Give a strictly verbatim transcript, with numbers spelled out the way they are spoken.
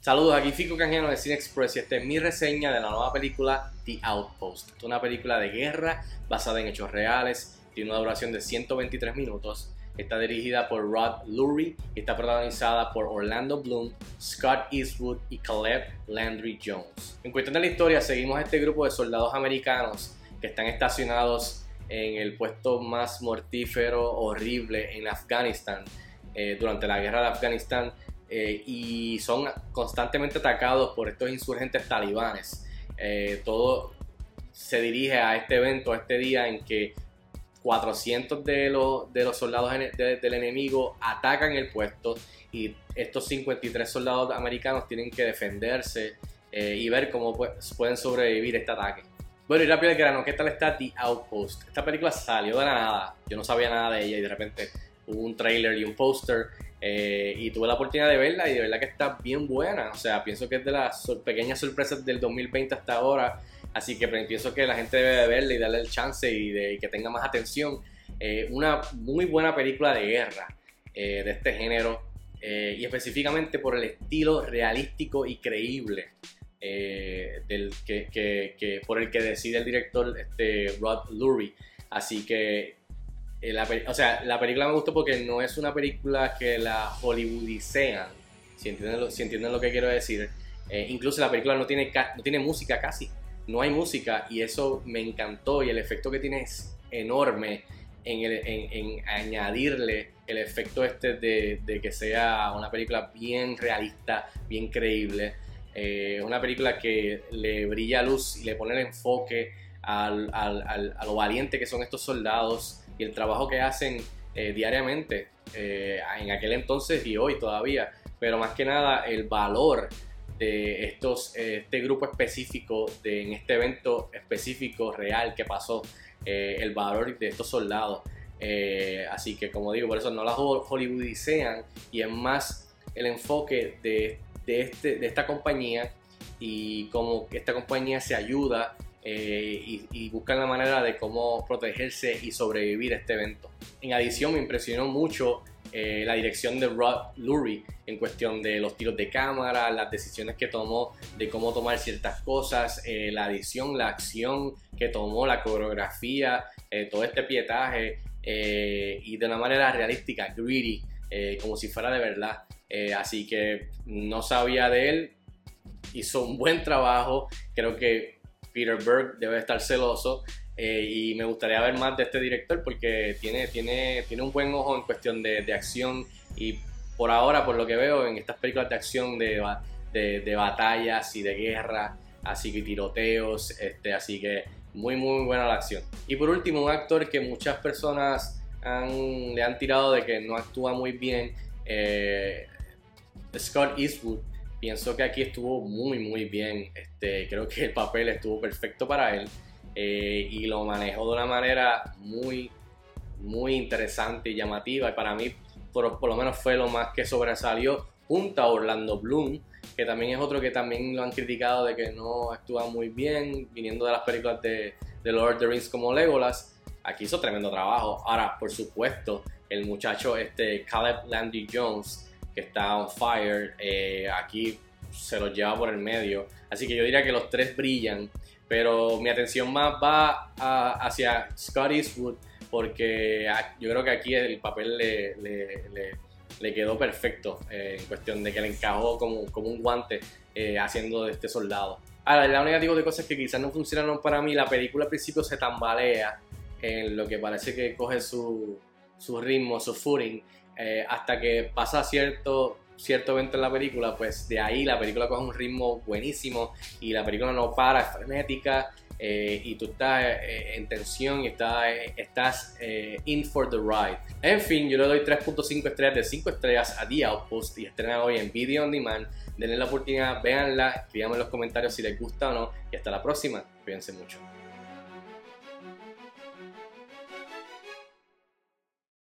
Saludos, aquí Fico Canjiano de Cine Express y esta es mi reseña de la nueva película The Outpost. Esta es una película de guerra basada en hechos reales, tiene una duración de ciento veintitrés minutos, está dirigida por Rod Lurie y está protagonizada por Orlando Bloom, Scott Eastwood y Caleb Landry Jones. En cuestión de la historia, seguimos a este grupo de soldados americanos que están estacionados en el puesto más mortífero, horrible en Afganistán, eh, durante la guerra de Afganistán. Eh, y son constantemente atacados por estos insurgentes talibanes. Eh, todo se dirige a este evento, a este día en que cuatrocientos de los, de los soldados de, del enemigo atacan el puesto y estos cincuenta y tres soldados americanos tienen que defenderse eh, y ver cómo pueden sobrevivir este ataque. Bueno, y rápido al grano, ¿qué tal está The Outpost? Esta película salió de la nada, yo no sabía nada de ella y de repente hubo un trailer y un póster. Eh, y tuve la oportunidad de verla y de verdad que está bien buena. O sea, pienso que es de las sor- pequeñas sorpresas del dos mil veinte hasta ahora. Así que pienso que la gente debe de verla y darle el chance y, de, y que tenga más atención. Eh, una muy buena película de guerra eh, de este género. Eh, y específicamente por el estilo realístico y creíble eh, del que, que, que, por el que decide el director este, Rod Lurie. Así que La, o sea, la película me gustó porque no es una película que la hollywoodicean, si entienden lo, si entienden lo que quiero decir. Eh, incluso la película no tiene, no tiene música casi, no hay música y eso me encantó y el efecto que tiene es enorme en, el, en, en añadirle el efecto este de, de que sea una película bien realista, bien creíble. Es eh, una película que le brilla luz y le pone el enfoque al, al, al, a lo valiente que son estos soldados y el trabajo que hacen eh, diariamente, eh, en aquel entonces y hoy todavía, pero más que nada el valor de estos, eh, este grupo específico, de, en este evento específico real que pasó, eh, el valor de estos soldados. Eh, así que como digo, por eso no las hollywoodicean y es más el enfoque de, de, este, de esta compañía y cómo esta compañía se ayuda Eh, y, y buscan la manera de cómo protegerse y sobrevivir a este evento. En adición, me impresionó mucho eh, la dirección de Rod Lurie en cuestión de los tiros de cámara, las decisiones que tomó de cómo tomar ciertas cosas, eh, la edición, la acción que tomó, la coreografía, eh, todo este pietaje eh, y de una manera realística, gritty, eh, como si fuera de verdad. Eh, así que no sabía de él, hizo un buen trabajo, creo que Peter Berg debe estar celoso eh, y me gustaría ver más de este director porque tiene, tiene, tiene un buen ojo en cuestión de, de acción y por ahora, por lo que veo en estas películas de acción de, de, de batallas y de guerra, así que tiroteos, este, así que muy muy buena la acción. Y por último, un actor que muchas personas han, le han tirado de que no actúa muy bien, eh, Scott Eastwood. Pienso que aquí estuvo muy muy bien, este, creo que el papel estuvo perfecto para él eh, y lo manejó de una manera muy muy interesante y llamativa y para mí por, por lo menos fue lo más que sobresalió junto a Orlando Bloom, que también es otro que también lo han criticado de que no actúa muy bien viniendo de las películas de, de Lord of the Rings como Legolas. Aquí hizo tremendo trabajo. Ahora, por supuesto, el muchacho este, Caleb Landry Jones, que está on fire, eh, aquí se los lleva por el medio, así que yo diría que los tres brillan, pero mi atención más va a, hacia Scott Eastwood porque a, yo creo que aquí el papel le, le, le, le quedó perfecto eh, en cuestión de que le encajó como, como un guante eh, haciendo de este soldado. Ahora, el lado negativo de cosas que quizás no funcionaron para mí, la película al principio se tambalea en lo que parece que coge su, su ritmo, su footing, Eh, hasta que pasa cierto, cierto evento en la película, pues de ahí la película coge un ritmo buenísimo y la película no para, es frenética eh, y tú estás eh, en tensión y estás, eh, estás eh, in for the ride. En fin, yo le doy tres punto cinco estrellas de cinco estrellas a The Outpost y estrena hoy en Video On Demand. Denle la oportunidad, véanla, escríbanme en los comentarios si les gusta o no y hasta la próxima, cuídense mucho.